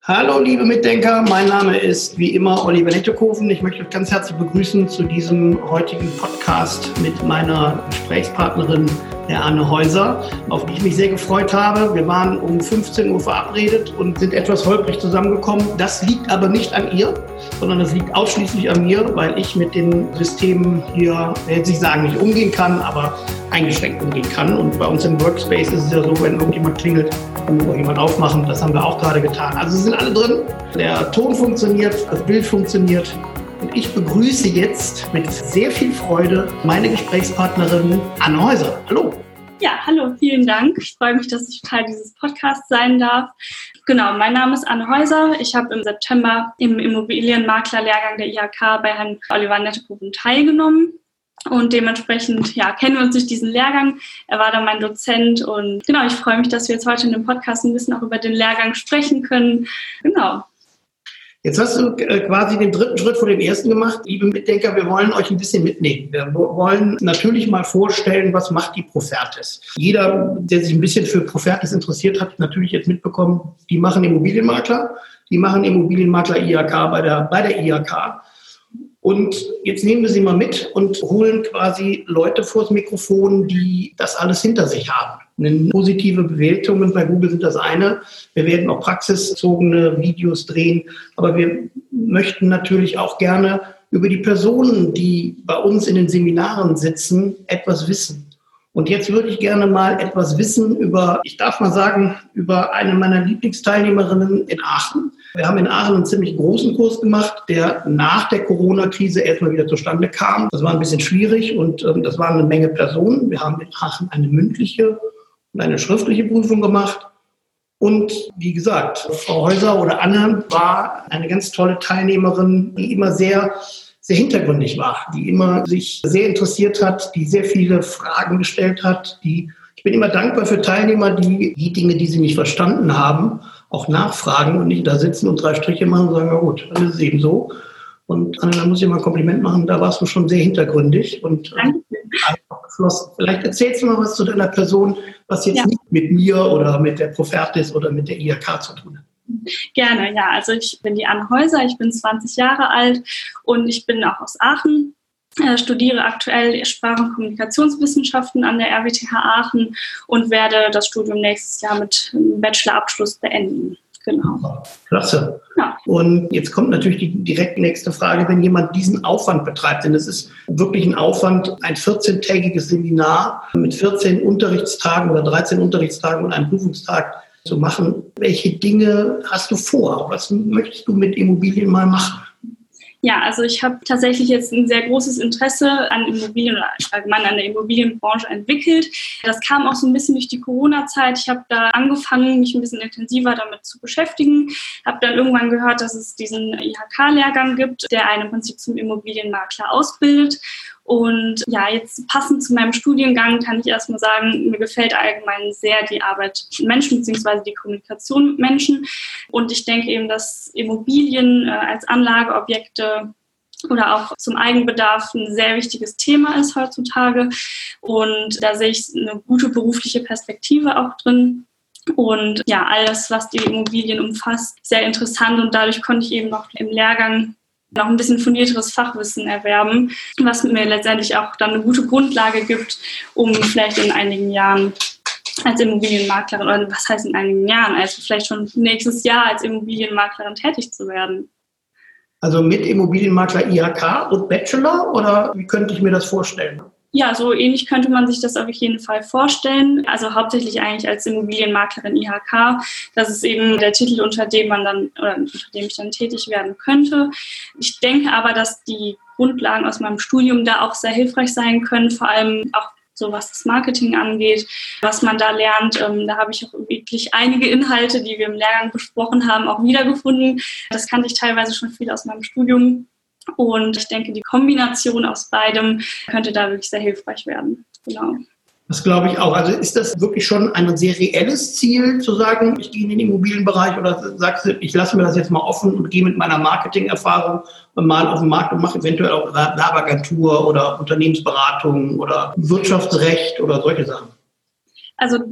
Hallo liebe Mitdenker, mein Name ist wie immer Oliver Nettekoven. Ich möchte euch ganz herzlich begrüßen zu diesem heutigen Podcast mit meiner Gesprächspartnerin, der Anne Häuser, auf die ich mich sehr gefreut habe. Wir waren um 15 Uhr verabredet und sind etwas holprig zusammengekommen. Das liegt aber nicht an ihr, sondern das liegt ausschließlich an mir, weil ich mit den Systemen hier, ich will jetzt nicht sagen, nicht umgehen kann, aber eingeschränkt umgehen kann. Und bei uns im Workspace ist es ja so, wenn irgendjemand klingelt, dann muss auch jemand aufmachen. Das haben wir auch gerade getan. Also sie sind alle drin. Der Ton funktioniert, das Bild funktioniert. Und ich begrüße jetzt mit sehr viel Freude meine Gesprächspartnerin Anne Häuser. Hallo. Ja, hallo, vielen Dank. Ich freue mich, dass ich Teil dieses Podcasts sein darf. Genau, mein Name ist Anne Häuser. Ich habe im September im Immobilienmaklerlehrgang der IHK bei Herrn Oliver Nettekoven teilgenommen. Und dementsprechend kennen wir uns durch diesen Lehrgang. Er war dann mein Dozent und genau, ich freue mich, dass wir jetzt heute in dem Podcast ein bisschen auch über den Lehrgang sprechen können. Genau. Jetzt hast du quasi den dritten Schritt vor dem ersten gemacht. Liebe Mitdenker, wir wollen euch ein bisschen mitnehmen. Wir wollen natürlich mal vorstellen, was macht die Profertis. Jeder, der sich ein bisschen für Profertis interessiert, hat natürlich jetzt mitbekommen, die machen Immobilienmakler. Die machen Immobilienmakler IHK bei der IHK. Und jetzt nehmen wir sie mal mit und holen quasi Leute vors Mikrofon, die das alles hinter sich haben. Positive Bewertungen bei Google sind das eine. Wir werden auch praxisbezogene Videos drehen. Aber wir möchten natürlich auch gerne über die Personen, die bei uns in den Seminaren sitzen, etwas wissen. Und jetzt würde ich gerne mal etwas wissen über eine meiner Lieblingsteilnehmerinnen in Aachen. Wir haben in Aachen einen ziemlich großen Kurs gemacht, der nach der Corona-Krise erstmal wieder zustande kam. Das war ein bisschen schwierig und das waren eine Menge Personen. Wir haben in Aachen eine mündliche und eine schriftliche Prüfung gemacht. Und wie gesagt, Frau Häuser oder Anne war eine ganz tolle Teilnehmerin, die immer sehr hintergründig war, die immer sich sehr interessiert hat, die sehr viele Fragen gestellt hat. Ich bin immer dankbar für Teilnehmer, die Dinge, die sie nicht verstanden haben, auch nachfragen und nicht da sitzen und 3 Striche machen und sagen, ja gut, dann ist es eben so. Und Anne, da muss ich mal ein Kompliment machen, da warst du schon sehr hintergründig und einfach geflossen. Vielleicht erzählst du mal was zu deiner Person, was jetzt nicht mit mir oder mit der Profertis oder mit der IHK zu tun hat. Gerne, ja. Also ich bin die Anne Häuser, ich bin 20 Jahre alt und ich bin auch aus Aachen. Studiere aktuell Sprach- und Kommunikationswissenschaften an der RWTH Aachen und werde das Studium nächstes Jahr mit einem Bachelorabschluss beenden. Genau. Klasse. Ja. Und jetzt kommt natürlich die direkt nächste Frage, wenn jemand diesen Aufwand betreibt, denn es ist wirklich ein Aufwand, ein 14-tägiges Seminar mit 14 Unterrichtstagen oder 13 Unterrichtstagen und einem Prüfungstag zu machen. Welche Dinge hast du vor? Was möchtest du mit Immobilien mal machen? Ja, also ich habe tatsächlich jetzt ein sehr großes Interesse an Immobilien oder allgemein an der Immobilienbranche entwickelt. Das kam auch so ein bisschen durch die Corona-Zeit. Ich habe da angefangen, mich ein bisschen intensiver damit zu beschäftigen. Habe dann irgendwann gehört, dass es diesen IHK-Lehrgang gibt, der einen im Prinzip zum Immobilienmakler ausbildet. Und ja, jetzt passend zu meinem Studiengang kann ich erstmal sagen, mir gefällt allgemein sehr die Arbeit mit Menschen bzw. die Kommunikation mit Menschen. Und ich denke eben, dass Immobilien als Anlageobjekte oder auch zum Eigenbedarf ein sehr wichtiges Thema ist heutzutage. Und da sehe ich eine gute berufliche Perspektive auch drin. Und ja, alles, was die Immobilien umfasst, sehr interessant. Und dadurch konnte ich eben noch im Lehrgang noch ein bisschen fundierteres Fachwissen erwerben, was mir letztendlich auch dann eine gute Grundlage gibt, um vielleicht in einigen Jahren als Immobilienmaklerin, oder was heißt in einigen Jahren, also vielleicht schon nächstes Jahr als Immobilienmaklerin tätig zu werden. Also mit Immobilienmakler IHK und Bachelor, oder wie könnte ich mir das vorstellen? Ja, so ähnlich könnte man sich das auf jeden Fall vorstellen. Also hauptsächlich eigentlich als Immobilienmaklerin IHK. Das ist eben der Titel, unter dem ich dann tätig werden könnte. Ich denke aber, dass die Grundlagen aus meinem Studium da auch sehr hilfreich sein können, vor allem auch so was das Marketing angeht, was man da lernt. Da habe ich auch wirklich einige Inhalte, die wir im Lehrgang besprochen haben, auch wiedergefunden. Das kannte ich teilweise schon viel aus meinem Studium. Und ich denke, die Kombination aus beidem könnte da wirklich sehr hilfreich werden. Genau. Das glaube ich auch. Also ist das wirklich schon ein sehr reelles Ziel, zu sagen, ich gehe in den Immobilienbereich, oder sagst du, ich lasse mir das jetzt mal offen und gehe mit meiner Marketingerfahrung mal auf den Markt und mache eventuell auch Werbeagentur oder Unternehmensberatung oder Wirtschaftsrecht oder solche Sachen? Also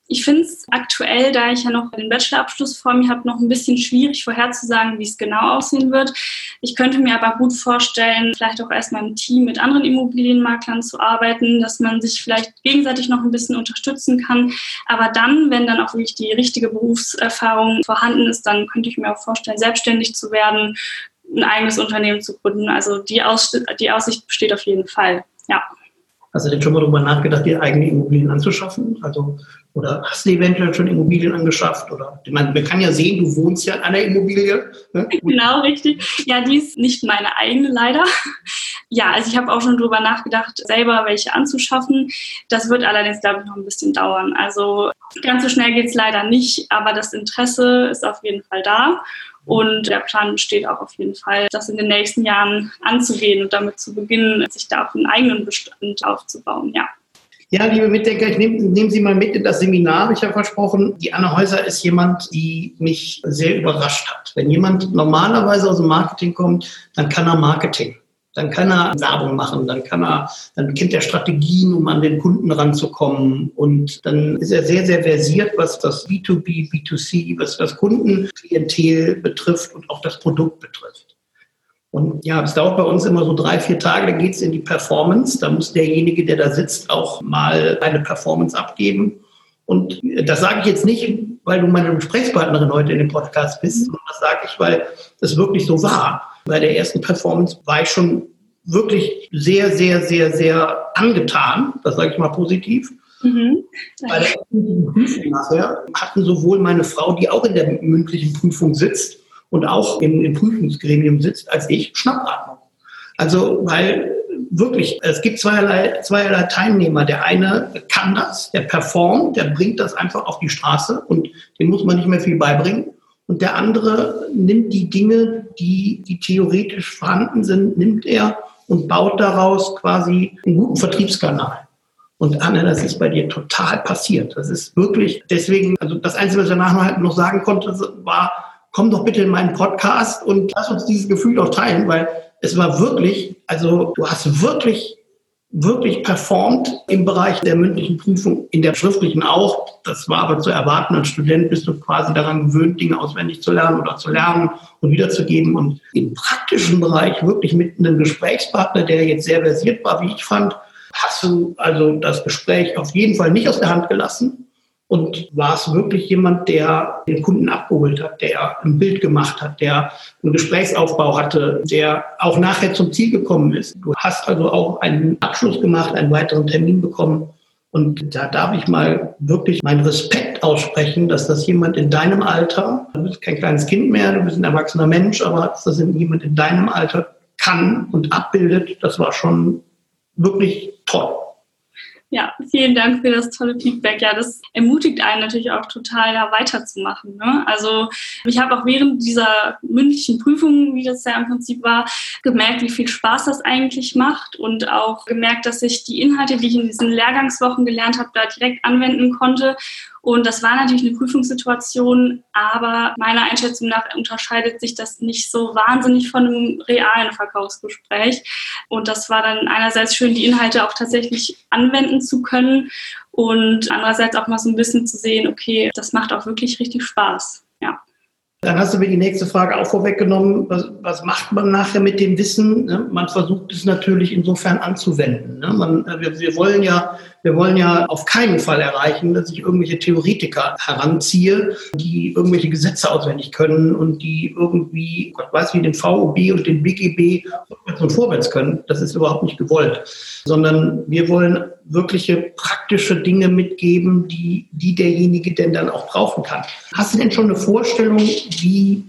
Ich finde es aktuell, da ich ja noch den Bachelorabschluss vor mir habe, noch ein bisschen schwierig vorherzusagen, wie es genau aussehen wird. Ich könnte mir aber gut vorstellen, vielleicht auch erstmal im Team mit anderen Immobilienmaklern zu arbeiten, dass man sich vielleicht gegenseitig noch ein bisschen unterstützen kann. Aber dann, wenn dann auch wirklich die richtige Berufserfahrung vorhanden ist, dann könnte ich mir auch vorstellen, selbstständig zu werden, ein eigenes Unternehmen zu gründen. Also die Aussicht besteht auf jeden Fall, ja. Hast du denn schon mal darüber nachgedacht, dir eigene Immobilien anzuschaffen? Oder hast du eventuell schon Immobilien angeschafft? Oder, ich meine, man kann ja sehen, du wohnst ja in einer Immobilie. Ne? Genau, richtig. Ja, die ist nicht meine eigene, leider. Ja, also ich habe auch schon darüber nachgedacht, selber welche anzuschaffen. Das wird allerdings, glaube ich, noch ein bisschen dauern. Also ganz so schnell geht es leider nicht, aber das Interesse ist auf jeden Fall da. Und der Plan besteht auch auf jeden Fall, das in den nächsten Jahren anzugehen und damit zu beginnen, sich da auch einen eigenen Bestand aufzubauen, ja. Ja, liebe Mitdenker, ich nehme Sie mal mit in das Seminar. Ich habe versprochen, die Anne Häuser ist jemand, die mich sehr überrascht hat. Wenn jemand normalerweise aus dem Marketing kommt, dann kann er Marketing. Dann kann er Werbung machen, dann kennt er Strategien, um an den Kunden ranzukommen. Und dann ist er sehr, sehr versiert, was das B2B, B2C, was das Kundenklientel betrifft und auch das Produkt betrifft. Und ja, es dauert bei uns immer so 3-4 Tage, dann geht es in die Performance. Da muss derjenige, der da sitzt, auch mal eine Performance abgeben. Und das sage ich jetzt nicht, weil du meine Gesprächspartnerin heute in dem Podcast bist, sondern das sage ich, weil es wirklich so war. Bei der ersten Performance war ich schon wirklich sehr, sehr, sehr, sehr angetan. Das sage ich mal positiv. Bei der mündlichen Prüfung nachher hatten sowohl meine Frau, die auch in der mündlichen Prüfung sitzt und auch im Prüfungsgremium sitzt, als ich, Schnappatmung. Also, weil wirklich, es gibt zweierlei Teilnehmer. Der eine kann das, der performt, der bringt das einfach auf die Straße und dem muss man nicht mehr viel beibringen. Und der andere nimmt die Dinge, die theoretisch vorhanden sind, nimmt er und baut daraus quasi einen guten Vertriebskanal. Und Anne, das ist bei dir total passiert. Das ist wirklich, deswegen, also das Einzige, was ich danach noch sagen konnte, war, komm doch bitte in meinen Podcast und lass uns dieses Gefühl auch teilen, weil es war wirklich, also du hast wirklich performt im Bereich der mündlichen Prüfung, in der schriftlichen auch. Das war aber zu erwarten. Als Student bist du quasi daran gewöhnt, Dinge auswendig zu lernen oder zu lernen und wiederzugeben. Und im praktischen Bereich wirklich mit einem Gesprächspartner, der jetzt sehr versiert war, wie ich fand, hast du also das Gespräch auf jeden Fall nicht aus der Hand gelassen. Und war es wirklich jemand, der den Kunden abgeholt hat, der ein Bild gemacht hat, der einen Gesprächsaufbau hatte, der auch nachher zum Ziel gekommen ist. Du hast also auch einen Abschluss gemacht, einen weiteren Termin bekommen. Und da darf ich mal wirklich meinen Respekt aussprechen, dass das jemand in deinem Alter, du bist kein kleines Kind mehr, du bist ein erwachsener Mensch, aber dass das jemand in deinem Alter kann und abbildet, das war schon wirklich toll. Ja, vielen Dank für das tolle Feedback. Ja, das ermutigt einen natürlich auch total, da weiterzumachen, ne? Also ich habe auch während dieser mündlichen Prüfung, wie das ja im Prinzip war, gemerkt, wie viel Spaß das eigentlich macht und auch gemerkt, dass ich die Inhalte, die ich in diesen Lehrgangswochen gelernt habe, da direkt anwenden konnte. Und das war natürlich eine Prüfungssituation, aber meiner Einschätzung nach unterscheidet sich das nicht so wahnsinnig von einem realen Verkaufsgespräch. Und das war dann einerseits schön, die Inhalte auch tatsächlich anwenden zu können und andererseits auch mal so ein bisschen zu sehen, okay, das macht auch wirklich richtig Spaß. Ja. Dann hast du mir die nächste Frage auch vorweggenommen. Was macht man nachher mit dem Wissen? Man versucht es natürlich insofern anzuwenden. Wir wollen ja auf keinen Fall erreichen, dass ich irgendwelche Theoretiker heranziehe, die irgendwelche Gesetze auswendig können und die irgendwie, Gott weiß wie, den VOB und den BGB rückwärts und vorwärts können. Das ist überhaupt nicht gewollt. Sondern wir wollen wirkliche praktische Dinge mitgeben, die derjenige denn dann auch brauchen kann. Hast du denn schon eine Vorstellung, wie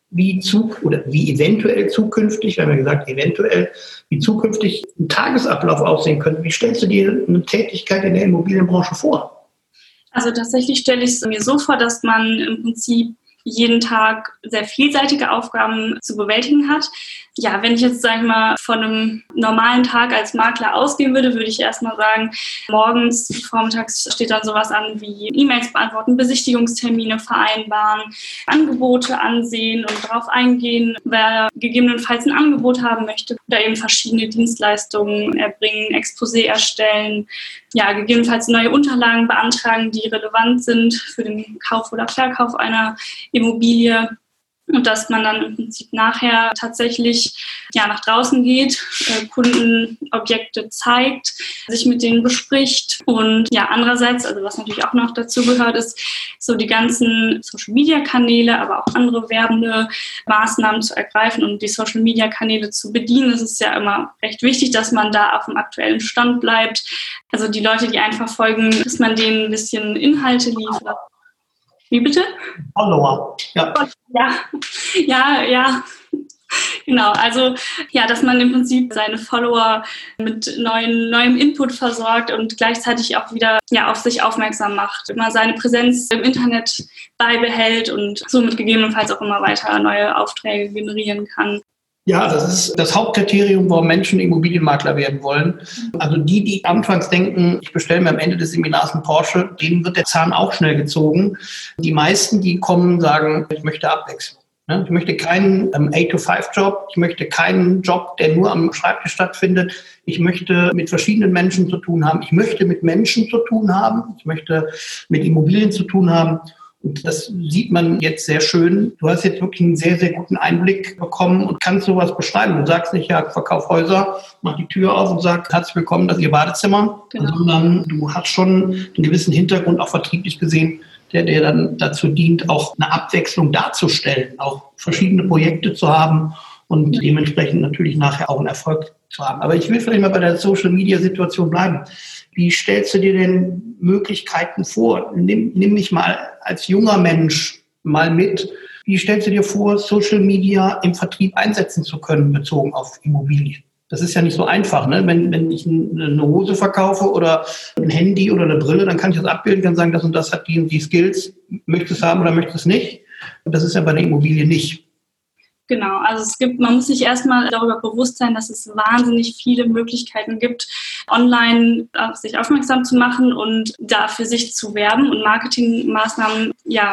eventuell zukünftig, wir haben ja gesagt, eventuell, wie zukünftig ein Tagesablauf aussehen könnte? Wie stellst du dir eine Tätigkeit in der Immobilienbranche vor? Also tatsächlich stelle ich es mir so vor, dass man im Prinzip jeden Tag sehr vielseitige Aufgaben zu bewältigen hat. Ja, wenn ich jetzt, sage ich mal, von einem normalen Tag als Makler ausgehen würde, würde ich erstmal sagen, vormittags steht dann sowas an wie E-Mails beantworten, Besichtigungstermine vereinbaren, Angebote ansehen und darauf eingehen, wer gegebenenfalls ein Angebot haben möchte, oder eben verschiedene Dienstleistungen erbringen, Exposé erstellen, ja, gegebenenfalls neue Unterlagen beantragen, die relevant sind für den Kauf oder Verkauf einer Immobilie. Und dass man dann im Prinzip nachher tatsächlich nach draußen geht, Kundenobjekte zeigt, sich mit denen bespricht. Und andererseits, also was natürlich auch noch dazu gehört, ist so die ganzen Social-Media-Kanäle, aber auch andere werbende Maßnahmen zu ergreifen und die Social-Media-Kanäle zu bedienen. Es ist ja immer recht wichtig, dass man da auf dem aktuellen Stand bleibt. Also die Leute, die einfach folgen, dass man denen ein bisschen Inhalte liefert. Wie bitte? Follower, ja. Ja. Genau, also dass man im Prinzip seine Follower mit neuem Input versorgt und gleichzeitig auch wieder auf sich aufmerksam macht, immer seine Präsenz im Internet beibehält und somit gegebenenfalls auch immer weiter neue Aufträge generieren kann. Ja, das ist das Hauptkriterium, warum Menschen Immobilienmakler werden wollen. Also die anfangs denken, ich bestelle mir am Ende des Seminars einen Porsche, denen wird der Zahn auch schnell gezogen. Die meisten, die kommen, sagen, ich möchte Abwechslung. Ich möchte keinen 8-to-5-Job, ich möchte keinen Job, der nur am Schreibtisch stattfindet. Ich möchte mit verschiedenen Menschen zu tun haben. Ich möchte mit Menschen zu tun haben. Ich möchte mit Immobilien zu tun haben. Und das sieht man jetzt sehr schön. Du hast jetzt wirklich einen sehr, sehr guten Einblick bekommen und kannst sowas beschreiben. Du sagst nicht, verkauf Häuser, mach die Tür auf und sag, herzlich willkommen, das ist Ihr Badezimmer. Genau. Sondern du hast schon einen gewissen Hintergrund, auch vertrieblich gesehen, der dann dazu dient, auch eine Abwechslung darzustellen, auch verschiedene Projekte zu haben und dementsprechend natürlich nachher auch einen Erfolg zu haben. Aber ich will vielleicht mal bei der Social-Media-Situation bleiben. Wie stellst du dir denn Möglichkeiten vor? Nimm mich mal als junger Mensch mal mit. Wie stellst du dir vor, Social Media im Vertrieb einsetzen zu können, bezogen auf Immobilien? Das ist ja nicht so einfach, ne? Wenn ich eine Hose verkaufe oder ein Handy oder eine Brille, dann kann ich das abbilden, kann sagen, das und das hat die und die Skills. Möchtest du es haben oder möchtest du es nicht? Und das ist ja bei der Immobilie nicht. Genau, also man muss sich erstmal darüber bewusst sein, dass es wahnsinnig viele Möglichkeiten gibt, online auf sich aufmerksam zu machen und da für sich zu werben und Marketingmaßnahmen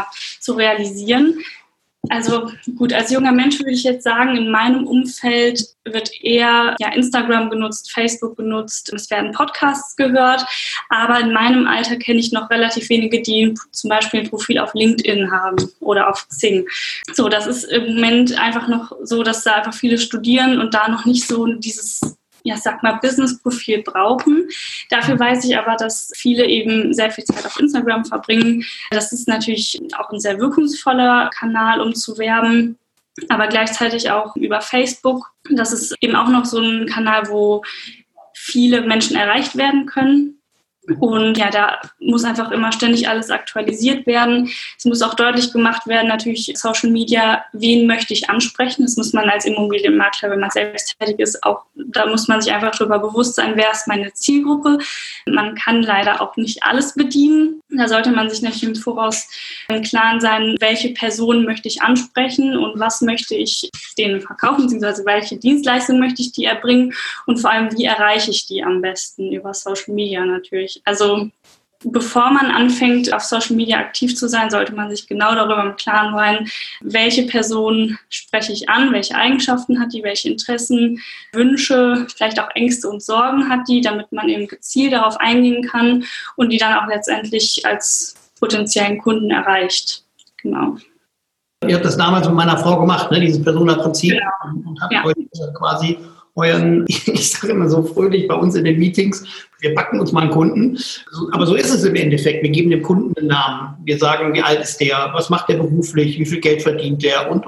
zu realisieren. Also gut, als junger Mensch würde ich jetzt sagen, in meinem Umfeld wird eher Instagram genutzt, Facebook genutzt, es werden Podcasts gehört, aber in meinem Alter kenne ich noch relativ wenige, die zum Beispiel ein Profil auf LinkedIn haben oder auf Xing. So, das ist im Moment einfach noch so, dass da einfach viele studieren und da noch nicht so dieses Business-Profil brauchen. Dafür weiß ich aber, dass viele eben sehr viel Zeit auf Instagram verbringen. Das ist natürlich auch ein sehr wirkungsvoller Kanal, um zu werben, aber gleichzeitig auch über Facebook. Das ist eben auch noch so ein Kanal, wo viele Menschen erreicht werden können. Und da muss einfach immer ständig alles aktualisiert werden. Es muss auch deutlich gemacht werden, natürlich Social Media, wen möchte ich ansprechen? Das muss man als Immobilienmakler, wenn man selbst tätig ist, da muss man sich einfach darüber bewusst sein, wer ist meine Zielgruppe. Man kann leider auch nicht alles bedienen. Da sollte man sich natürlich im Voraus im Klaren sein, welche Personen möchte ich ansprechen und was möchte ich denen verkaufen, beziehungsweise welche Dienstleistung möchte ich die erbringen und vor allem, wie erreiche ich die am besten über Social Media natürlich. Also bevor man anfängt, auf Social Media aktiv zu sein, sollte man sich genau darüber im Klaren sein, welche Person spreche ich an, welche Eigenschaften hat die, welche Interessen, Wünsche, vielleicht auch Ängste und Sorgen hat die, damit man eben gezielt darauf eingehen kann und die dann auch letztendlich als potenziellen Kunden erreicht. Genau. Ihr habt das damals mit meiner Frau gemacht, ne, dieses Persona-Prinzip, genau. Und habt euch quasi euren, ich sage immer so fröhlich bei uns in den Meetings, wir packen uns mal einen Kunden. Aber so ist es im Endeffekt. Wir geben dem Kunden einen Namen. Wir sagen, wie alt ist der, was macht der beruflich, wie viel Geld verdient der und.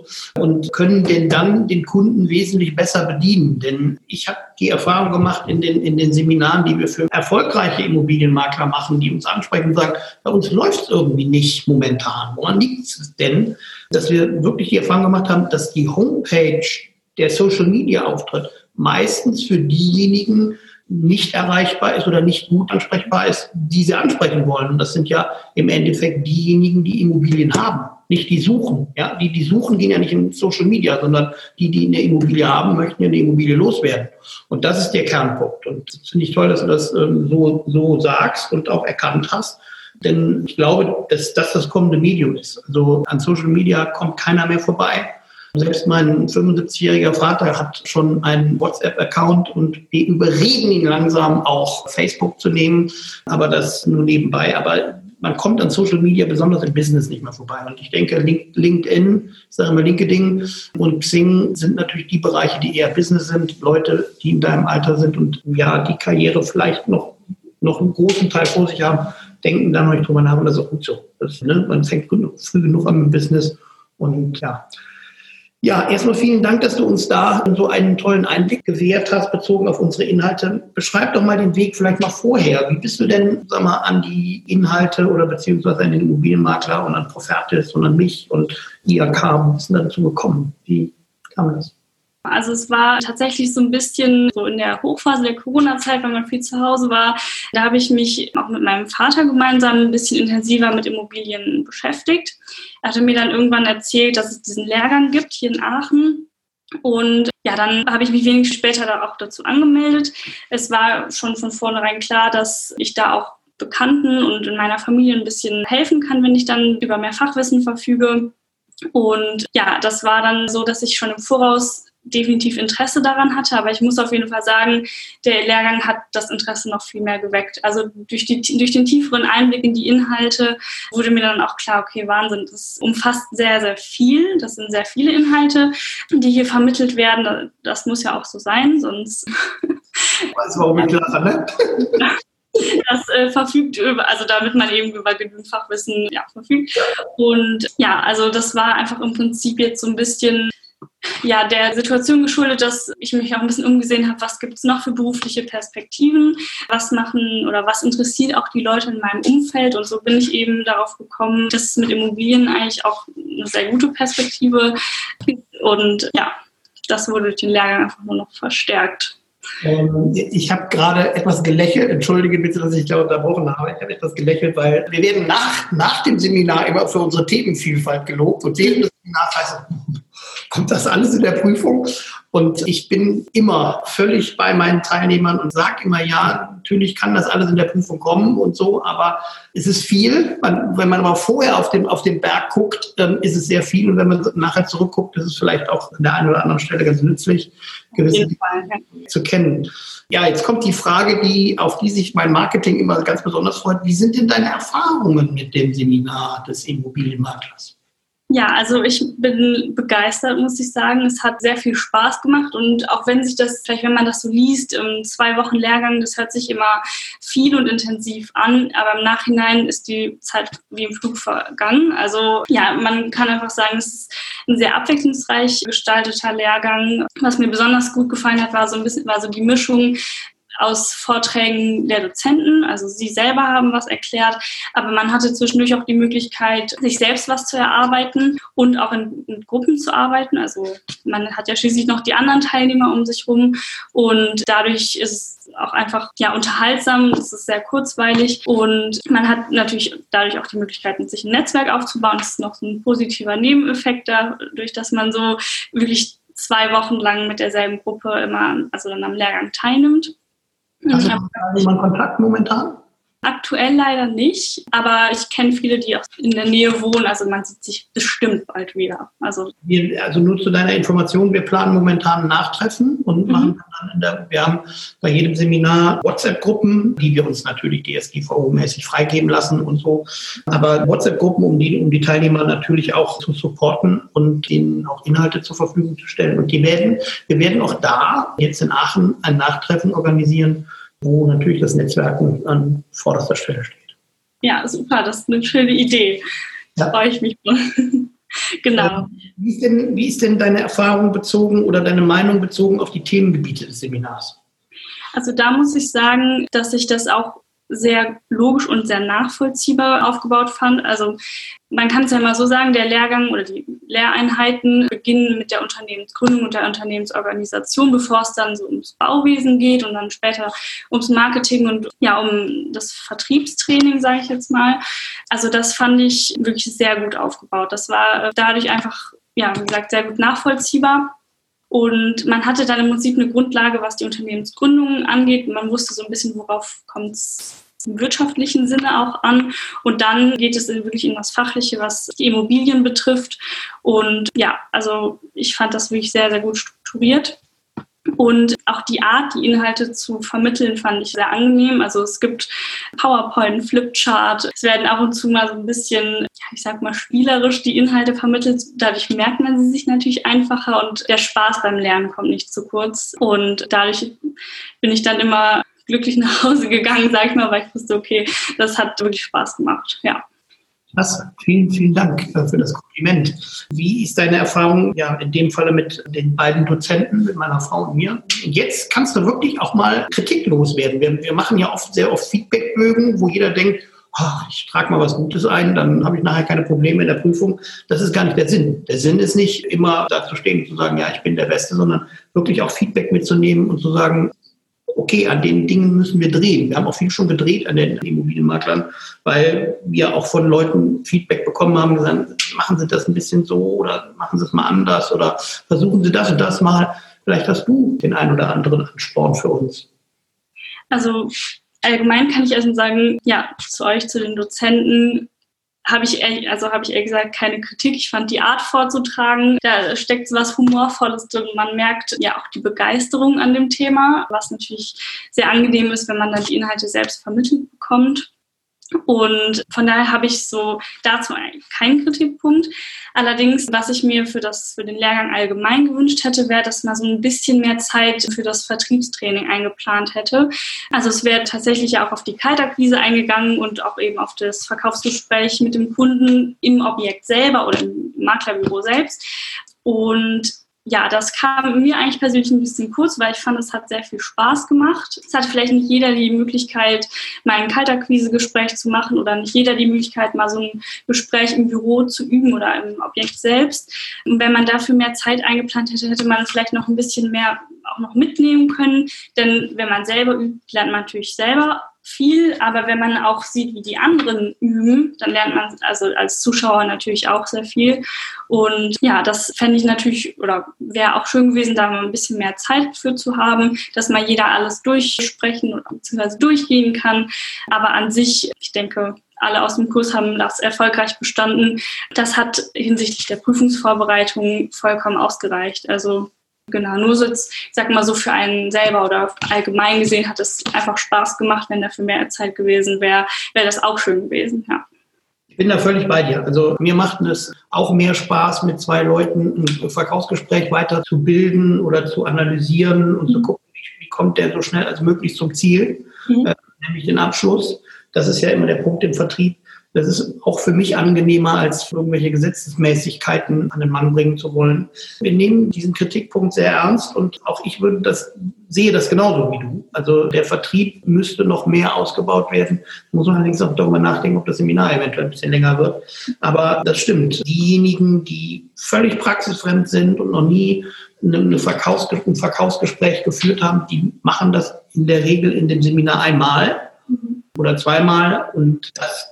Und können denn dann den Kunden wesentlich besser bedienen. Denn ich habe die Erfahrung gemacht in den Seminaren, die wir für erfolgreiche Immobilienmakler machen, die uns ansprechen und sagen, bei uns läuft es irgendwie nicht momentan. Woran liegt es denn? Dass wir wirklich die Erfahrung gemacht haben, dass die Homepage der Social-Media-Auftritt meistens für diejenigen nicht erreichbar ist oder nicht gut ansprechbar ist, die sie ansprechen wollen. Und das sind ja im Endeffekt diejenigen, die Immobilien haben, nicht die suchen. Ja, die suchen, gehen ja nicht in Social Media, sondern die eine Immobilie haben, möchten ja eine Immobilie loswerden. Und das ist der Kernpunkt. Und das finde ich toll, dass du das so sagst und auch erkannt hast. Denn ich glaube, dass das kommende Medium ist. Also an Social Media kommt keiner mehr vorbei. Selbst mein 75-jähriger Vater hat schon einen WhatsApp-Account und wir überreden ihn langsam auch Facebook zu nehmen, aber das nur nebenbei. Aber man kommt an Social Media, besonders im Business, nicht mehr vorbei. Und ich denke, LinkedIn, ich sage immer LinkedIn und Xing sind natürlich die Bereiche, die eher Business sind. Leute, die in deinem Alter sind und ja, die Karriere vielleicht noch einen großen Teil vor sich haben, denken da noch nicht drüber nach und das ist auch gut so. Man fängt früh genug an mit Business und ja. Ja, erstmal vielen Dank, dass du uns da so einen tollen Einblick gewährt hast, bezogen auf unsere Inhalte. Beschreib doch mal den Weg vielleicht mal vorher. Wie bist du denn, an die Inhalte oder beziehungsweise an den Immobilienmakler und an Profertis und an mich und IHK, wie bist du dazu gekommen? Wie kam das? Also es war tatsächlich so ein bisschen so in der Hochphase der Corona-Zeit, wenn man viel zu Hause war. Da habe ich mich auch mit meinem Vater gemeinsam ein bisschen intensiver mit Immobilien beschäftigt. Er hatte mir dann irgendwann erzählt, dass es diesen Lehrgang gibt hier in Aachen. Und ja, dann habe ich mich wenig später da auch dazu angemeldet. Es war schon von vornherein klar, dass ich da auch Bekannten und in meiner Familie ein bisschen helfen kann, wenn ich dann über mehr Fachwissen verfüge. Und ja, das war dann so, dass ich schon im Voraus definitiv Interesse daran hatte, aber ich muss auf jeden Fall sagen, der Lehrgang hat das Interesse noch viel mehr geweckt. Also durch den tieferen Einblick in die Inhalte wurde mir dann auch klar, okay, Wahnsinn, das umfasst sehr, sehr viel. Das sind sehr viele Inhalte, die hier vermittelt werden. Das muss ja auch so sein, sonst... Weiß, warum ich lache, ne? Das verfügt über, also damit man eben über genügend Fachwissen verfügt. Und ja, also das war einfach im Prinzip jetzt so ein bisschen der Situation geschuldet, dass ich mich auch ein bisschen umgesehen habe, was gibt es noch für berufliche Perspektiven, was machen oder was interessiert auch die Leute in meinem Umfeld. Und so bin ich eben darauf gekommen, dass es mit Immobilien eigentlich auch eine sehr gute Perspektive gibt. Und ja, das wurde durch den Lehrgang einfach nur noch verstärkt. Ich habe gerade etwas gelächelt, entschuldige bitte, dass ich da unterbrochen habe. Ich habe etwas gelächelt, weil wir werden nach dem Seminar immer für unsere Themenvielfalt gelobt und während des Seminars heißt es, kommt das alles in der Prüfung? Und ich bin immer völlig bei meinen Teilnehmern und sage immer, ja, natürlich kann das alles in der Prüfung kommen und so, aber es ist viel. Wenn man aber vorher auf den Berg guckt, dann ist es sehr viel. Und wenn man nachher zurückguckt, ist es vielleicht auch an der einen oder anderen Stelle ganz nützlich, gewisse Dinge zu kennen. Ja, jetzt kommt die Frage, auf die sich mein Marketing immer ganz besonders freut. Wie sind denn deine Erfahrungen mit dem Seminar des Immobilienmaklers? Ja, also ich bin begeistert, muss ich sagen. Es hat sehr viel Spaß gemacht und auch wenn sich das, vielleicht wenn man das so liest, 2 Wochen Lehrgang, das hört sich immer viel und intensiv an, aber im Nachhinein ist die Zeit wie im Flug vergangen. Also ja, man kann einfach sagen, es ist ein sehr abwechslungsreich gestalteter Lehrgang. Was mir besonders gut gefallen hat, war so die Mischung aus Vorträgen der Dozenten, also sie selber haben was erklärt, aber man hatte zwischendurch auch die Möglichkeit, sich selbst was zu erarbeiten und auch in Gruppen zu arbeiten. Also man hat ja schließlich noch die anderen Teilnehmer um sich rum und dadurch ist es auch einfach unterhaltsam, es ist sehr kurzweilig und man hat natürlich dadurch auch die Möglichkeit, sich ein Netzwerk aufzubauen. Das ist noch so ein positiver Nebeneffekt dadurch, dass man so wirklich 2 Wochen lang mit derselben Gruppe dann am Lehrgang teilnimmt. Hast du jemanden Kontakt momentan? Aktuell leider nicht, aber ich kenne viele, die auch in der Nähe wohnen. Also man sieht sich bestimmt bald wieder. Also nur zu deiner Information, wir planen momentan ein Nachtreffen und machen wir haben bei jedem Seminar WhatsApp-Gruppen, die wir uns natürlich DSGVO-mäßig freigeben lassen und so. Aber WhatsApp-Gruppen, um die Teilnehmer natürlich auch zu supporten und denen auch Inhalte zur Verfügung zu stellen. Und wir werden auch da jetzt in Aachen ein Nachtreffen organisieren, wo natürlich das Netzwerken an vorderster Stelle steht. Ja, super, das ist eine schöne Idee. Da freue ich mich. Genau. Wie ist denn deine Erfahrung bezogen oder deine Meinung bezogen auf die Themengebiete des Seminars? Also da muss ich sagen, dass ich das auch sehr logisch und sehr nachvollziehbar aufgebaut fand. Also man kann es ja mal so sagen, der Lehrgang oder die Lehreinheiten beginnen mit der Unternehmensgründung und der Unternehmensorganisation, bevor es dann so ums Bauwesen geht und dann später ums Marketing und ja um das Vertriebstraining, sage ich jetzt mal. Also das fand ich wirklich sehr gut aufgebaut. Das war dadurch einfach, ja, wie gesagt, sehr gut nachvollziehbar. Und man hatte dann im Prinzip eine Grundlage, was die Unternehmensgründung angeht. Man wusste so ein bisschen, worauf kommt es im wirtschaftlichen Sinne auch an. Und dann geht es wirklich in das Fachliche, was die Immobilien betrifft. Und ja, also ich fand das wirklich sehr, sehr gut strukturiert. Und auch die Art, die Inhalte zu vermitteln, fand ich sehr angenehm. Also es gibt PowerPoint, Flipchart. Es werden ab und zu mal so ein bisschen, ich sag mal, spielerisch die Inhalte vermittelt. Dadurch merkt man sie sich natürlich einfacher und der Spaß beim Lernen kommt nicht zu kurz. Und dadurch bin ich dann immer glücklich nach Hause gegangen, sag ich mal, weil ich wusste, okay, das hat wirklich Spaß gemacht, ja. Klasse. Vielen, vielen Dank für das Kompliment. Wie ist deine Erfahrung, ja, in dem Falle mit den beiden Dozenten, mit meiner Frau und mir? Jetzt kannst du wirklich auch mal kritiklos werden. Wir machen ja sehr oft Feedbackbögen, wo jeder denkt, ich trage mal was Gutes ein, dann habe ich nachher keine Probleme in der Prüfung. Das ist gar nicht der Sinn. Der Sinn ist nicht immer da zu stehen und zu sagen, ja, ich bin der Beste, sondern wirklich auch Feedback mitzunehmen und zu sagen, okay, an den Dingen müssen wir drehen. Wir haben auch viel schon gedreht an den Immobilienmaklern, weil wir auch von Leuten Feedback bekommen haben, gesagt, machen Sie das ein bisschen so oder machen Sie es mal anders oder versuchen Sie das und das mal. Vielleicht hast du den einen oder anderen Ansporn für uns. Also allgemein kann ich also sagen, ja, zu euch, zu den Dozenten, habe ich ehrlich gesagt keine Kritik. Ich fand die Art vorzutragen, da steckt so was Humorvolles drin. Man merkt ja auch die Begeisterung an dem Thema, was natürlich sehr angenehm ist, wenn man dann die Inhalte selbst vermittelt bekommt. Und von daher habe ich so dazu eigentlich keinen Kritikpunkt. Allerdings, was ich mir für den Lehrgang allgemein gewünscht hätte, wäre, dass man so ein bisschen mehr Zeit für das Vertriebstraining eingeplant hätte. Also es wäre tatsächlich auch auf die Kaltakquise eingegangen und auch eben auf das Verkaufsgespräch mit dem Kunden im Objekt selber oder im Maklerbüro selbst. Und ja, das kam mir eigentlich persönlich ein bisschen kurz, weil ich fand, es hat sehr viel Spaß gemacht. Es hatte vielleicht nicht jeder die Möglichkeit, mal ein Kaltakquise-Gespräch zu machen oder nicht jeder die Möglichkeit, mal so ein Gespräch im Büro zu üben oder im Objekt selbst. Und wenn man dafür mehr Zeit eingeplant hätte, hätte man vielleicht noch ein bisschen mehr auch noch mitnehmen können. Denn wenn man selber übt, lernt man natürlich selber viel, aber wenn man auch sieht, wie die anderen üben, dann lernt man also als Zuschauer natürlich auch sehr viel. Und ja, das fände ich natürlich oder wäre auch schön gewesen, da mal ein bisschen mehr Zeit für zu haben, dass mal jeder alles durchsprechen oder beziehungsweise durchgehen kann. Aber an sich, ich denke, alle aus dem Kurs haben das erfolgreich bestanden. Das hat hinsichtlich der Prüfungsvorbereitung vollkommen ausgereicht. Also genau, nur so jetzt, ich sag mal so für einen selber oder allgemein gesehen hat es einfach Spaß gemacht. Wenn dafür mehr Zeit gewesen wäre, wäre das auch schön gewesen, ja. Ich bin da völlig bei dir. Also mir macht es auch mehr Spaß, mit zwei Leuten ein Verkaufsgespräch weiter zu bilden oder zu analysieren und zu gucken, wie kommt der so schnell als möglich zum Ziel, nämlich den Abschluss. Das ist ja immer der Punkt im Vertrieb. Das ist auch für mich angenehmer, als irgendwelche Gesetzesmäßigkeiten an den Mann bringen zu wollen. Wir nehmen diesen Kritikpunkt sehr ernst und auch ich sehe das genauso wie du. Also der Vertrieb müsste noch mehr ausgebaut werden. Muss man allerdings auch darüber nachdenken, ob das Seminar eventuell ein bisschen länger wird. Aber das stimmt. Diejenigen, die völlig praxisfremd sind und noch nie ein Verkaufsgespräch geführt haben, die machen das in der Regel in dem Seminar einmal oder zweimal und das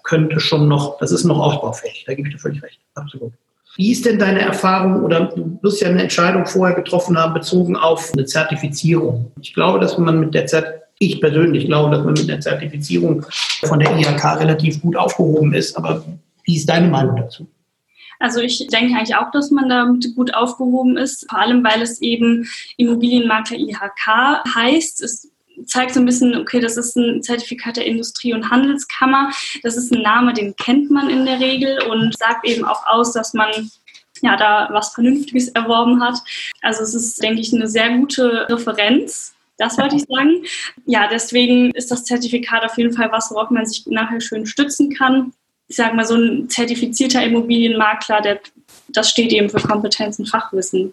ist noch ausbaufähig. Da gebe ich dir völlig recht. Absolut. Wie ist denn deine Erfahrung oder du wirst ja eine Entscheidung vorher getroffen haben, bezogen auf eine Zertifizierung? Ich glaube, dass man ich persönlich glaube, dass man mit der Zertifizierung von der IHK relativ gut aufgehoben ist. Aber wie ist deine Meinung dazu? Also ich denke eigentlich auch, dass man damit gut aufgehoben ist, vor allem weil es eben Immobilienmakler IHK heißt. Es zeigt so ein bisschen, okay, das ist ein Zertifikat der Industrie- und Handelskammer. Das ist ein Name, den kennt man in der Regel und sagt eben auch aus, dass man ja da was Vernünftiges erworben hat. Also es ist, denke ich, eine sehr gute Referenz. Das wollte ich sagen. Ja, deswegen ist das Zertifikat auf jeden Fall was, worauf man sich nachher schön stützen kann. Ich sage mal, so ein zertifizierter Immobilienmakler, das steht eben für Kompetenz und Fachwissen.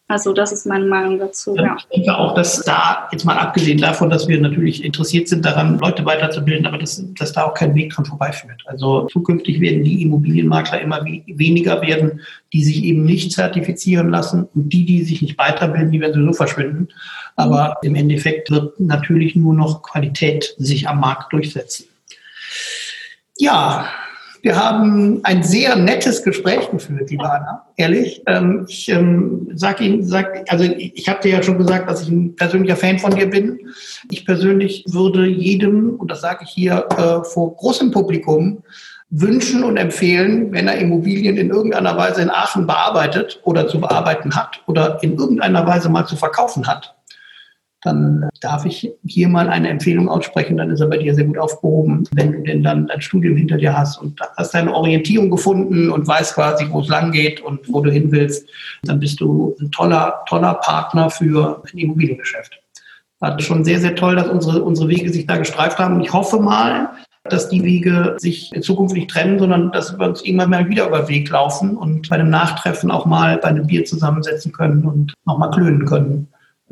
Also das ist meine Meinung dazu. Ja. Ich denke auch, dass da, jetzt mal abgesehen davon, dass wir natürlich interessiert sind daran, Leute weiterzubilden, aber dass da auch kein Weg dran vorbeiführt. Also zukünftig werden die Immobilienmakler immer weniger werden, die sich eben nicht zertifizieren lassen, und die sich nicht weiterbilden, die werden sowieso verschwinden. Aber im Endeffekt wird natürlich nur noch Qualität sich am Markt durchsetzen. Ja, wir haben ein sehr nettes Gespräch geführt, liebe Anna, ehrlich. Ich habe dir ja schon gesagt, dass ich ein persönlicher Fan von dir bin. Ich persönlich würde jedem, und das sage ich hier vor großem Publikum, wünschen und empfehlen, wenn er Immobilien in irgendeiner Weise in Aachen bearbeitet oder zu bearbeiten hat oder in irgendeiner Weise mal zu verkaufen hat, dann darf ich hier mal eine Empfehlung aussprechen, dann ist er bei dir sehr gut aufgehoben. Wenn du denn dann dein Studium hinter dir hast und hast deine Orientierung gefunden und weißt quasi, wo es lang geht und wo du hin willst, dann bist du ein toller Partner für ein Immobiliengeschäft. War schon sehr, sehr toll, dass unsere Wege sich da gestreift haben. Und ich hoffe mal, dass die Wege sich in Zukunft nicht trennen, sondern dass wir uns irgendwann mal wieder über den Weg laufen und bei einem Nachtreffen auch mal bei einem Bier zusammensetzen können und nochmal klönen können.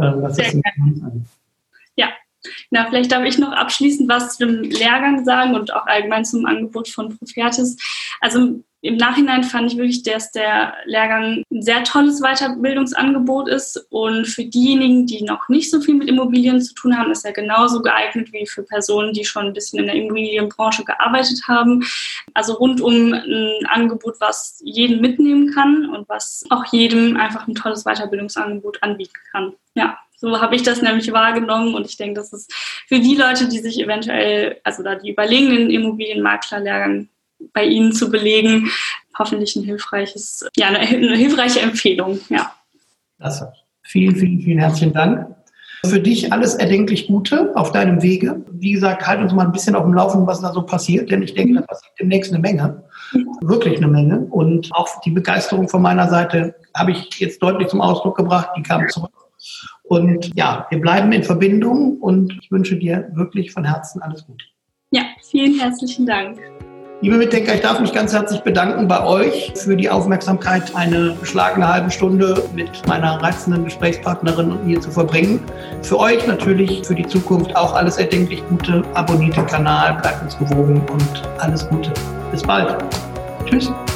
Ja, vielleicht darf ich noch abschließend was zu dem Lehrgang sagen und auch allgemein zum Angebot von Profertis. Also im Nachhinein fand ich wirklich, dass der Lehrgang ein sehr tolles Weiterbildungsangebot ist, und für diejenigen, die noch nicht so viel mit Immobilien zu tun haben, ist er genauso geeignet wie für Personen, die schon ein bisschen in der Immobilienbranche gearbeitet haben. Also rundum ein Angebot, was jeden mitnehmen kann und was auch jedem einfach ein tolles Weiterbildungsangebot anbieten kann. Ja, so habe ich das nämlich wahrgenommen, und ich denke, das ist für die Leute, die sich eventuell, also da die überlegen, den Immobilienmaklerlehrgang bei Ihnen zu belegen, hoffentlich eine hilfreiche Empfehlung. Ja. Klasse. Vielen, vielen, vielen herzlichen Dank. Für dich alles erdenklich Gute auf deinem Wege. Wie gesagt, halt uns mal ein bisschen auf dem Laufenden, was da so passiert, denn ich denke, da passiert demnächst eine Menge. Wirklich eine Menge. Und auch die Begeisterung von meiner Seite habe ich jetzt deutlich zum Ausdruck gebracht. Die kam zurück. Und ja, wir bleiben in Verbindung, und ich wünsche dir wirklich von Herzen alles Gute. Ja, vielen herzlichen Dank. Liebe Mitdenker, ich darf mich ganz herzlich bedanken bei euch für die Aufmerksamkeit, eine beschlagene halbe Stunde mit meiner reizenden Gesprächspartnerin und mir zu verbringen. Für euch natürlich für die Zukunft auch alles erdenklich Gute. Abonniert den Kanal, bleibt uns gewogen und alles Gute. Bis bald. Tschüss.